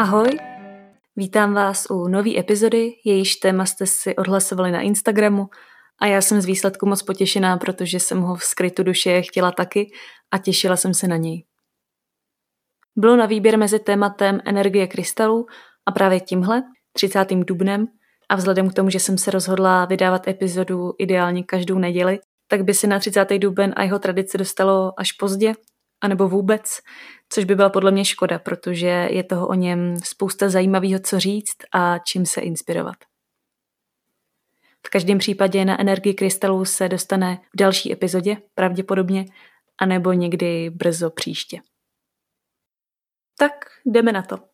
Ahoj, vítám vás u nové epizody, jejíž téma jste si odhlasovali na Instagramu a já jsem z výsledku moc potěšená, protože jsem ho v skrytu duše chtěla taky a těšila jsem se na něj. Bylo na výběr mezi tématem energie krystalů a právě tímhle, 30. dubnem, a vzhledem k tomu, že jsem se rozhodla vydávat epizodu ideálně každou neděli, tak by se na 30. duben a jeho tradice dostalo až pozdě, anebo vůbec, což by byla podle mě škoda, protože je toho o něm spousta zajímavého, co říct a čím se inspirovat. V každém případě na energii krystalů se dostane v další epizodě, pravděpodobně, anebo někdy brzo příště. Tak jdeme na to.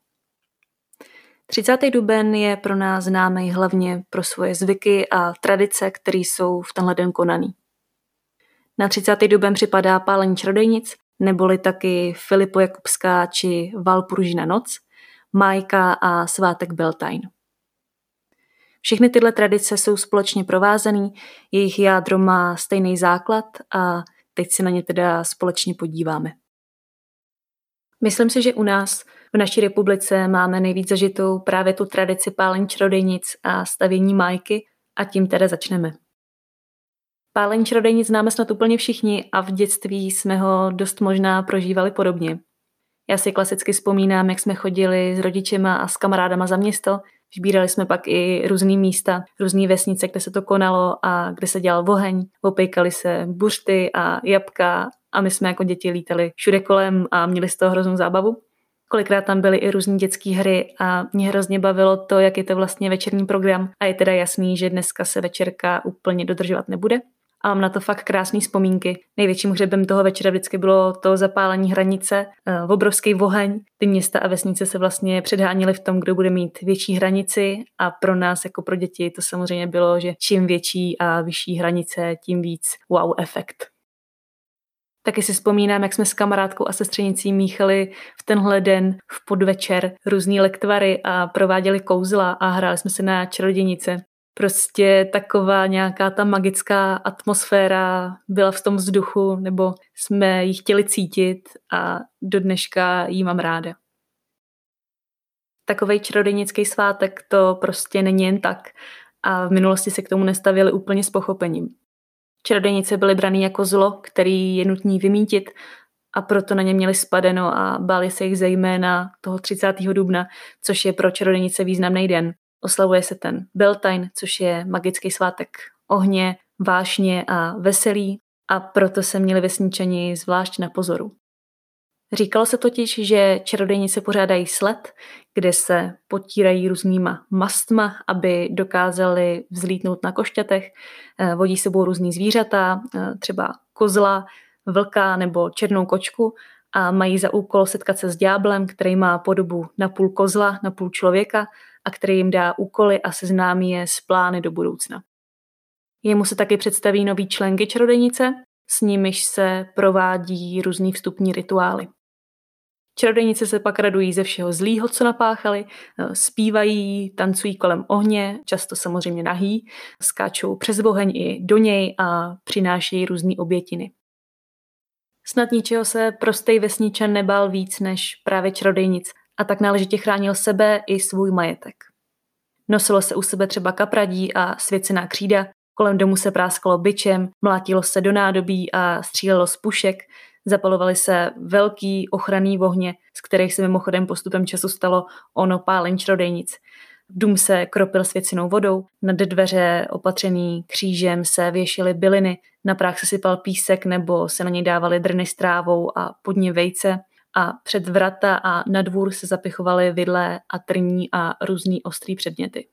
30. duben je pro nás známý hlavně pro svoje zvyky a tradice, které jsou v tenhle den konaný. Na 30. duben připadá pálení čarodějnic, neboli taky Filipojakubská či Valpurgina noc, Májka a svátek Beltane. Všechny tyhle tradice jsou společně provázaný, jejich jádro má stejný základ a teď se na ně teda společně podíváme. Myslím si, že u nás v naší republice máme nejvíc zažitou právě tu tradici pálení čarodějnic a stavění májky a tím teda začneme. Pálení čarodějnic známe snad úplně všichni a v dětství jsme ho dost možná prožívali podobně. Já si klasicky vzpomínám, jak jsme chodili s rodičema a s kamarádama za město, sbírali jsme pak i různý místa, různý vesnice, kde se to konalo a kde se dělal oheň, opejkali se buřty a jabka a my jsme jako děti lítali všude kolem a měli z toho hroznou zábavu. Kolikrát tam byly i různý dětské hry a mě hrozně bavilo to, jak je to vlastně večerní program a je teda jasný, že dneska se večerka úplně dodržovat nebude. A mám na to fakt krásné vzpomínky. Největším hřebem toho večera vždycky bylo to zapálení hranice, obrovský oheň. Ty města a vesnice se vlastně předháněly v tom, kdo bude mít větší hranici a pro nás jako pro děti to samozřejmě bylo, že čím větší a vyšší hranice, tím víc wow efekt. Taky si vzpomínám, jak jsme s kamarádkou a sestřenicí míchali v tenhle den v podvečer různý lektvary a prováděli kouzla a hráli jsme se na čarodějnice. Prostě taková nějaká ta magická atmosféra byla v tom vzduchu, nebo jsme ji chtěli cítit a do dneška ji mám ráda. Takovej čarodějnický svátek to prostě není jen tak a v minulosti se k tomu nestavěli úplně s pochopením. Čarodějnice byly braný jako zlo, který je nutný vymítit a proto na ně měli spadeno a báli se jich zejména toho 30. dubna, což je pro čarodějnice významný den. Oslavuje se ten Beltane, což je magický svátek ohně, vášně a veselí a proto se měli vesničani zvlášť na pozoru. Říkalo se totiž, že čarodějnice pořádají sled, kde se potírají různýma mastma, aby dokázali vzlítnout na košťatech, vodí sebou různý zvířata, třeba kozla, vlka nebo černou kočku a mají za úkol setkat se s ďáblem, který má podobu napůl kozla, napůl člověka a který jim dá úkoly a seznámí je s plány do budoucna. Jemu se taky představí nový členky čarodějnice, s nimiž se provádí různý vstupní rituály. Čarodějnice se pak radují ze všeho zlýho, co napáchali, zpívají, tancují kolem ohně, často samozřejmě nahý, skáčou přes oheň i do něj a přinášejí různý obětiny. Snad ničeho se prostej vesničan nebál víc než právě čarodějnic a tak náležitě chránil sebe i svůj majetek. Nosilo se u sebe třeba kapradí a svěcená křída, kolem domu se práskalo bičem, mlátilo se do nádobí a střílelo z pušek, zapalovaly se velký ochranný ohně, z kterých se mimochodem postupem času stalo ono pálení čarodějnic. Dům se kropil svěcenou vodou, nad dveře opatřený křížem se věšily byliny, na práh se sypal písek nebo se na něj dávaly drny s trávou a pod ně vejce a před vrata a na dvůr se zapichovaly vidle a trní a různý ostrý předměty.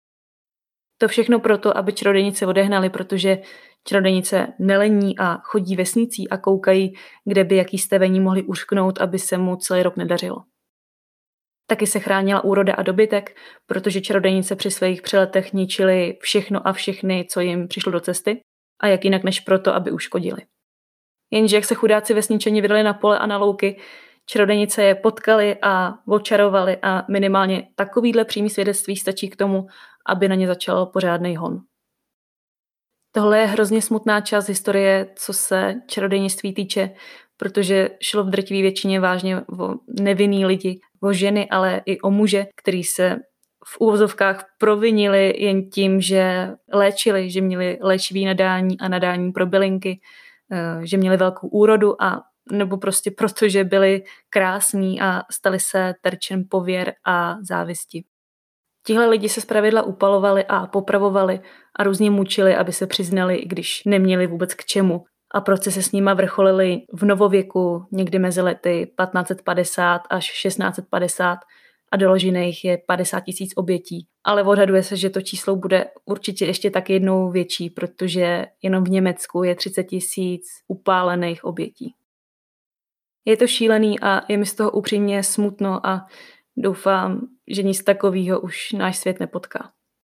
To všechno proto, aby čarodějnice odehnali, protože čarodějnice nelení a chodí vesnicí a koukají, kde by jaký stevení mohli uřknout, aby se mu celý rok nedařilo. Taky se chránila úroda a dobytek, protože čarodějnice při svých přeletech ničily všechno a všechny, co jim přišlo do cesty, a jak jinak než proto, aby uškodili. Jenže jak se chudáci vesničani vydali na pole a na louky, čarodějnice je potkali a očarovali a minimálně takovýhle přímý svědectví stačí k tomu, aby na ně začal pořádnej hon. Tohle je hrozně smutná část historie, co se čarodějnictví týče, protože šlo v drtivé většině vážně o nevinný lidi, o ženy, ale i o muže, který se v uvozovkách provinili jen tím, že léčili, že měli léčivý nadání a nadání pro bylinky, že měli velkou úrodu a nebo prostě proto, že byli krásní a stali se terčem pověr a závisti. Tihle lidi se zpravidla upalovali a popravovali a různě mučili, aby se přiznali, i když neměli vůbec k čemu. A procesy s nima vrcholily v novověku někdy mezi lety 1550 až 1650 a doložených je 50 000 obětí. Ale odhaduje se, že to číslo bude určitě ještě tak jednou větší, protože jenom v Německu je 30 000 upálených obětí. Je to šílený a je mi z toho upřímně smutno a doufám, že nic takového už náš svět nepotká.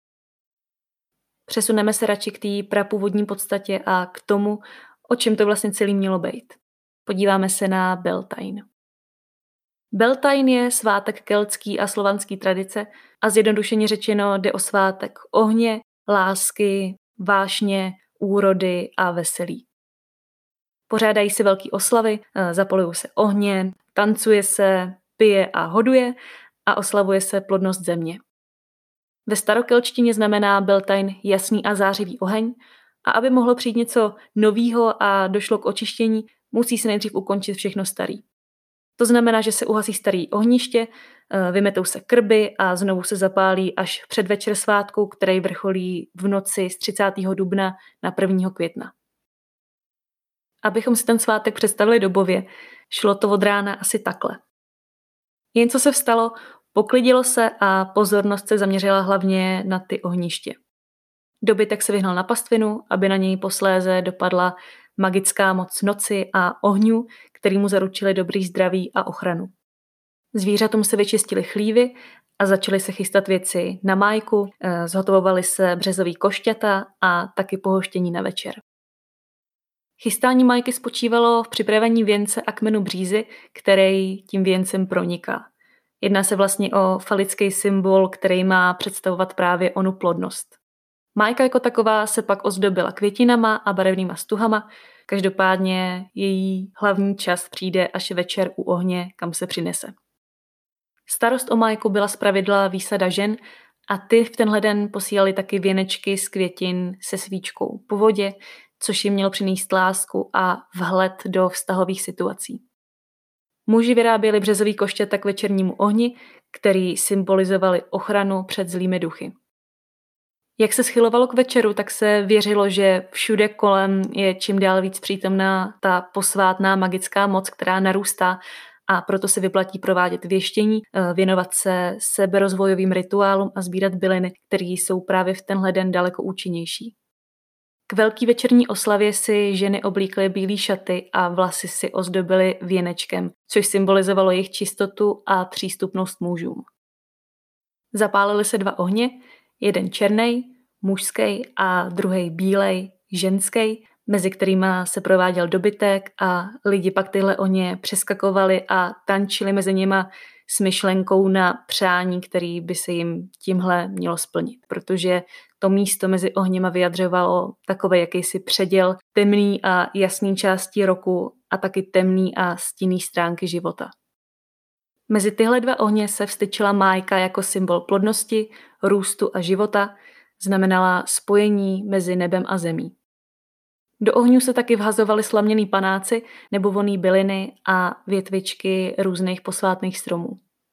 Přesuneme se radši k té prapůvodní podstatě a k tomu, o čem to vlastně celý mělo být. Podíváme se na Beltane. Beltane je svátek keltský a slovanský tradice a zjednodušeně řečeno jde o svátek ohně, lásky, vášně, úrody a veselí. Pořádají se velké oslavy, zapalují se ohně, tancuje se, pije a hoduje a oslavuje se plodnost země. Ve starokelčtině znamená Beltane jasný a zářivý oheň a aby mohlo přijít něco novýho a došlo k očištění, musí se nejdřív ukončit všechno starý. To znamená, že se uhasí starý ohniště, vymetou se krby a znovu se zapálí až v předvečer svátku, který vrcholí v noci z 30. dubna na 1. května. Abychom si ten svátek představili dobově, šlo to od rána asi takhle. Jen co se vstalo, poklidilo se a pozornost se zaměřila hlavně na ty ohniště. Dobytek se vyhnal na pastvinu, aby na něj posléze dopadla magická moc noci a ohňů, který mu zaručili dobrý zdraví a ochranu. Zvířatům se vyčistili chlívy a začaly se chystat věci na májku, zhotovovaly se březový košťata a taky pohoštění na večer. Chystání májky spočívalo v připravení věnce a kmenu břízy, který tím věncem proniká. Jedná se vlastně o falický symbol, který má představovat právě onu plodnost. Májka jako taková se pak ozdobila květinama a barevnýma stuhama, každopádně její hlavní čas přijde až večer u ohně, kam se přinese. Starost o májku byla zpravidla výsada žen a ty v tenhle den posílali taky věnečky z květin se svíčkou po vodě, což jim mělo přinést lásku a vhled do vztahových situací. Muži vyráběli březový košťata k večernímu ohni, který symbolizovali ochranu před zlými duchy. Jak se schylovalo k večeru, tak se věřilo, že všude kolem je čím dál víc přítomná ta posvátná magická moc, která narůstá a proto se vyplatí provádět věštění, věnovat se seberozvojovým rituálům a sbírat byliny, které jsou právě v tenhle den daleko účinnější. K velký večerní oslavě si ženy oblíkly bílé šaty a vlasy si ozdobily věnečkem, což symbolizovalo jejich čistotu a přístupnost mužům. Zapálily se 2 ohně, jeden černý, mužský a druhý bílej, ženský, mezi kterýma se prováděl dobytek a lidi pak tyhle ohně přeskakovali a tančili mezi nima s myšlenkou na přání, který by se jim tímhle mělo splnit, protože to místo mezi ohněma vyjadřovalo takové jakýsi předěl temný a jasný části roku a taky temný a stinný stránky života. Mezi tyhle 2 ohně se vstyčila májka jako symbol plodnosti, růstu a života, znamenala spojení mezi nebem a zemí. Do ohňů se taky vhazovaly slaměný panáci nebo vonný byliny a větvičky různých posvátných stromů.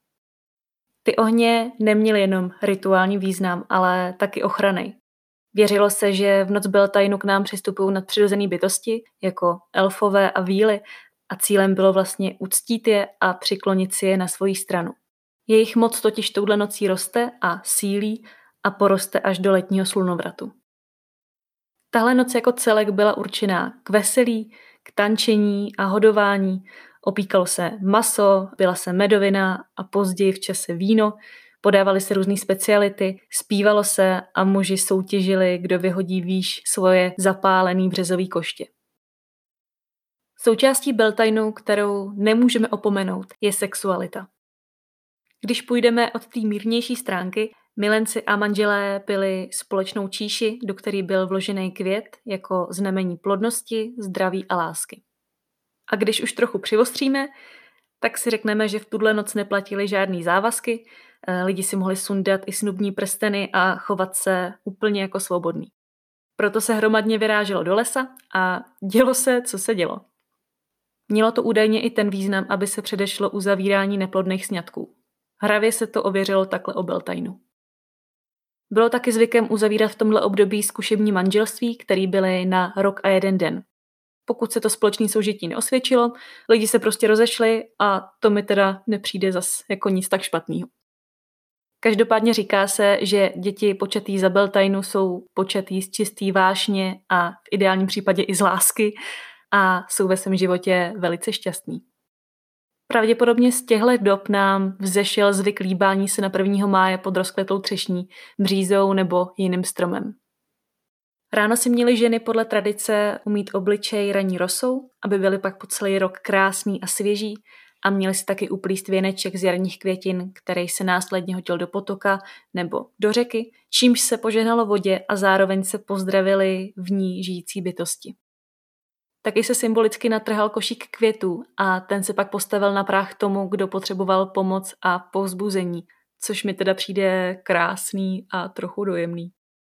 Ty ohně neměly jenom rituální význam, ale taky ochranný. Věřilo se, že v noc Beltaneu k nám přistupují nadpřirozené bytosti, jako elfové a víly, a cílem bylo vlastně uctít je a přiklonit si je na svoji stranu. Jejich moc totiž touhle nocí roste a sílí a poroste až do letního slunovratu. Tahle noc jako celek byla určená k veselí, k tančení a hodování, opíkalo se maso, pila se medovina a později v čase víno, podávaly se různé speciality, zpívalo se a muži soutěžili, kdo vyhodí výš svoje zapálený březový koště. Součástí Beltaneu, kterou nemůžeme opomenout, je sexualita. Když půjdeme od té mírnější stránky, milenci a manželé pili společnou číši, do které byl vložený květ jako znamení plodnosti, zdraví a lásky. A když už trochu přivostříme, tak si řekneme, že v tuhle noc neplatily žádný závazky, lidi si mohli sundat i snubní prsteny a chovat se úplně jako svobodný. Proto se hromadně vyráželo do lesa a dělo se, co se dělo. Mělo to údajně i ten význam, aby se předešlo uzavírání neplodných sňatků. Hravě se to ověřilo takhle o Beltainu. Bylo taky zvykem uzavírat v tomhle období zkušební manželství, které byly na rok a 1 den. Pokud se to společné soužití neosvědčilo, lidi se prostě rozešli a to mi teda nepřijde zas jako nic tak špatného. Každopádně říká se, že děti počatý za Beltainu jsou počatý z čistý vášně a v ideálním případě i z lásky a jsou ve svém životě velice šťastný. Pravděpodobně z těchto dob nám vzešel zvyk líbání se na 1. máje pod rozkvetlou třešní, břízou nebo jiným stromem. Ráno si měly ženy podle tradice umýt obličej ranní rosou, aby byly pak po celý rok krásný a svěží a měly si taky uplíst věneček z jarních květin, který se následně hodil do potoka nebo do řeky, čímž se požehnalo vodě a zároveň se pozdravili v ní žijící bytosti. Taky se symbolicky natrhal košík květů a ten se pak postavil na práh tomu, kdo potřeboval pomoc a povzbuzení, což mi teda přijde krásný a trochu dojemný.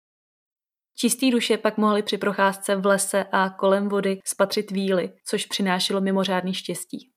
Čistý duše pak mohly při procházce v lese a kolem vody spatřit víly, což přinášelo mimořádný štěstí.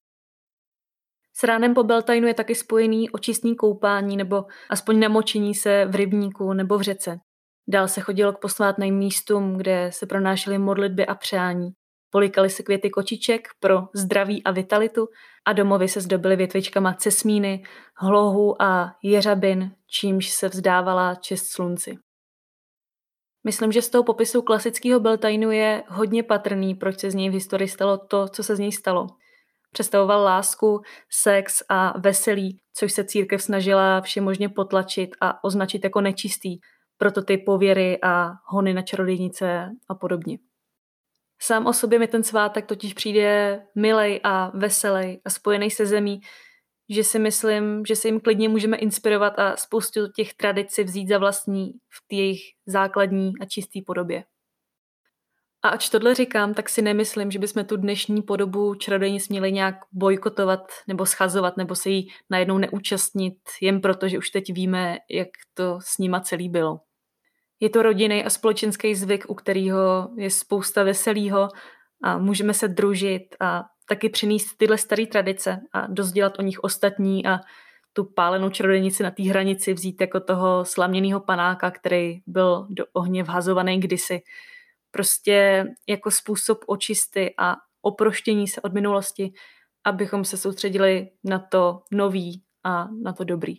S ránem po Beltainu je taky spojený očistný koupání nebo aspoň namočení se v rybníku nebo v řece. Dál se chodilo k posvátným místům, kde se pronášely modlitby a přání. Polikaly se květy kočiček pro zdraví a vitalitu a domovy se zdobily větvičkama cesmíny, hlohu a jeřabin, čímž se vzdávala čest slunci. Myslím, že z toho popisu klasického Beltainu je hodně patrný, proč se z něj v historii stalo to, co se z něj stalo. Představoval lásku, sex a veselí, což se církev snažila všemožně potlačit a označit jako nečistý, proto ty pověry a hony na čarodějnice a podobně. Sám o sobě mi ten svátek totiž přijde milej a veselej a spojený se zemí, že si myslím, že se jim klidně můžeme inspirovat a spoustu těch tradic si vzít za vlastní v té jejich základní a čisté podobě. A ač tohle říkám, tak si nemyslím, že bychom tu dnešní podobu čarodějnic měli nějak bojkotovat nebo schazovat nebo se jí najednou neúčastnit, jen proto, že už teď víme, jak to s nima celý bylo. Je to rodinný a společenský zvyk, u kterého je spousta veselýho a můžeme se družit a taky přinést tyhle staré tradice a dozdělat o nich ostatní a tu pálenou čarodějnici na té hranici vzít jako toho slaměného panáka, který byl do ohně vhazovaný kdysi. Prostě jako způsob očisty a oproštění se od minulosti, abychom se soustředili na to nový a na to dobrý.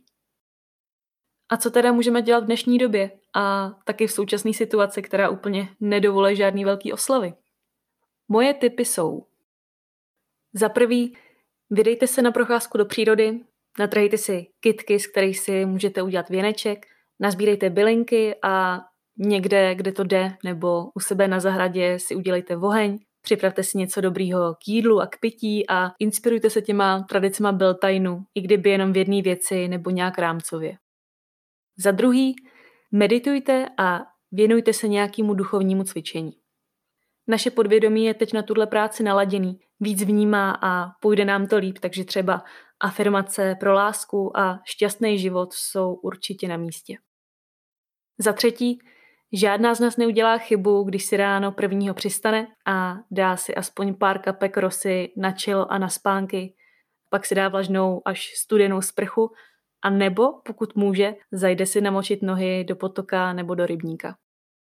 A co teda můžeme dělat v dnešní době a taky v současné situaci, která úplně nedovoluje žádný velký oslavy? Moje tipy jsou: za prvý, vydejte se na procházku do přírody, natrhejte si kytky, z kterých si můžete udělat věneček, nazbírejte bylinky a někde, kde to jde, nebo u sebe na zahradě si udělejte oheň, připravte si něco dobrýho k jídlu a k pití a inspirujte se těma tradicema Beltainu, i kdyby jenom v jedné věci nebo nějak rámcově. Za druhý, meditujte a věnujte se nějakému duchovnímu cvičení. Naše podvědomí je teď na tuhle práci naladěný, víc vnímá a půjde nám to líp, takže třeba afirmace pro lásku a šťastný život jsou určitě na místě. Za třetí, žádná z nás neudělá chybu, když si ráno prvního přistane a dá si aspoň pár kapek rosy na čelo a na spánky, pak si dá vlažnou až studenou sprchu a nebo, pokud může, zajde si namočit nohy do potoka nebo do rybníka.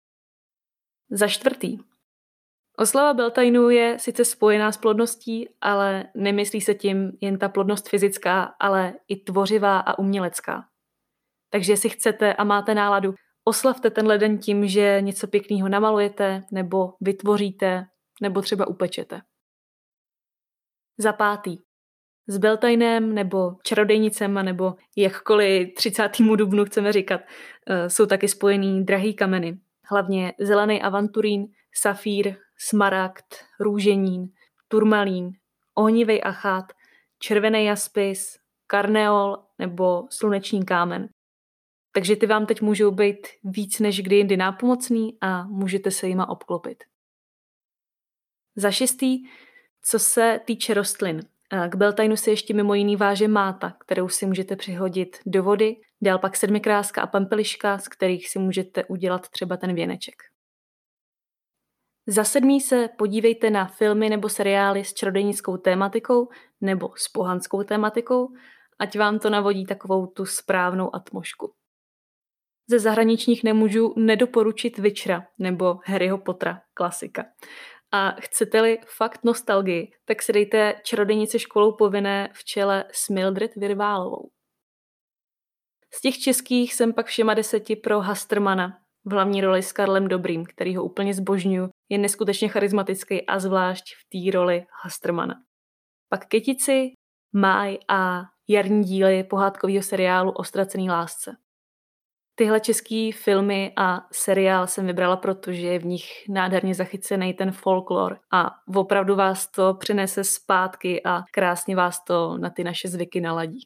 Za čtvrtý, oslava Beltainu je sice spojená s plodností, ale nemyslí se tím jen ta plodnost fyzická, ale i tvořivá a umělecká. Takže jestli chcete a máte náladu, oslavte tenhle den tím, že něco pěkného namalujete, nebo vytvoříte, nebo třeba upečete. Za pátý, s Beltainem nebo čarodějnicema, nebo jakkoliv 30. dubnu chceme říkat, jsou taky spojený drahý kameny. Hlavně zelený avanturín, safír, smaragd, růženín, turmalín, ohnivý achát, červený jaspis, karneol nebo sluneční kámen. Takže ty vám teď můžou být víc než kdy jindy nápomocný a můžete se jima obklopit. Za šestý, Co se týče rostlin, k Beltajnu se ještě mimo jiný váže máta, kterou si můžete přihodit do vody, dál pak sedmikráska a pampeliška, z kterých si můžete udělat třeba ten věneček. Za 7. se podívejte na filmy nebo seriály s čarodějnickou tématikou nebo s pohanskou tématikou, ať vám to navodí takovou tu správnou atmosféru. Ze zahraničních nemůžu nedoporučit Witchera nebo Harryho Pottera, klasika. A chcete-li fakt nostalgii, tak si dejte Čarodějnice školou povinné v čele s Mildred Virválovou. Z těch českých jsem pak všema 10 pro Hastermana, v hlavní roli s Karlem Dobrým, který ho úplně zbožňuju, je neskutečně charismatický a zvlášť v té roli Hastermana. Pak Kytici, Máj a jarní díly pohádkového seriálu O ztracený lásce. Tyhle český filmy a seriál jsem vybrala, protože je v nich nádherně zachycený ten folklor a opravdu vás to přinese zpátky a krásně vás to na ty naše zvyky naladí.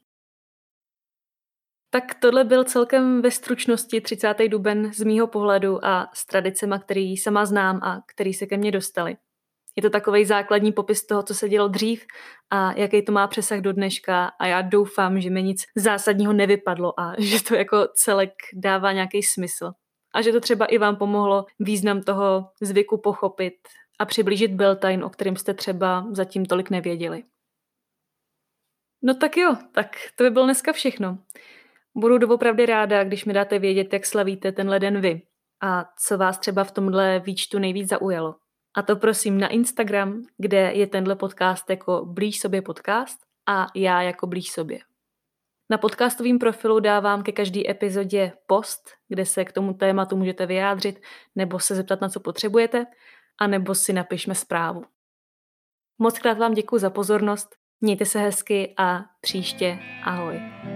Tak tohle byl celkem ve stručnosti 30. duben z mýho pohledu a s tradicema, který sama znám a který se ke mně dostali. Je to takovej základní popis toho, co se dělo dřív a jaký to má přesah do dneška a já doufám, že mi nic zásadního nevypadlo a že to jako celek dává nějaký smysl. A že to třeba i vám pomohlo význam toho zvyku pochopit a přiblížit Beltane, o kterém jste třeba zatím tolik nevěděli. No tak jo, tak to by bylo dneska všechno. Budu doopravdy ráda, když mi dáte vědět, jak slavíte tenhle den vy a co vás třeba v tomhle výčtu nejvíc zaujalo. A to prosím na Instagram, kde je tenhle podcast jako Blíž sobě podcast a já jako Blíž sobě. Na podcastovém profilu dávám ke každé epizodě post, kde se k tomu tématu můžete vyjádřit nebo se zeptat, na co potřebujete, anebo si napišme zprávu. Moc krát vám děkuji za pozornost, mějte se hezky a příště ahoj.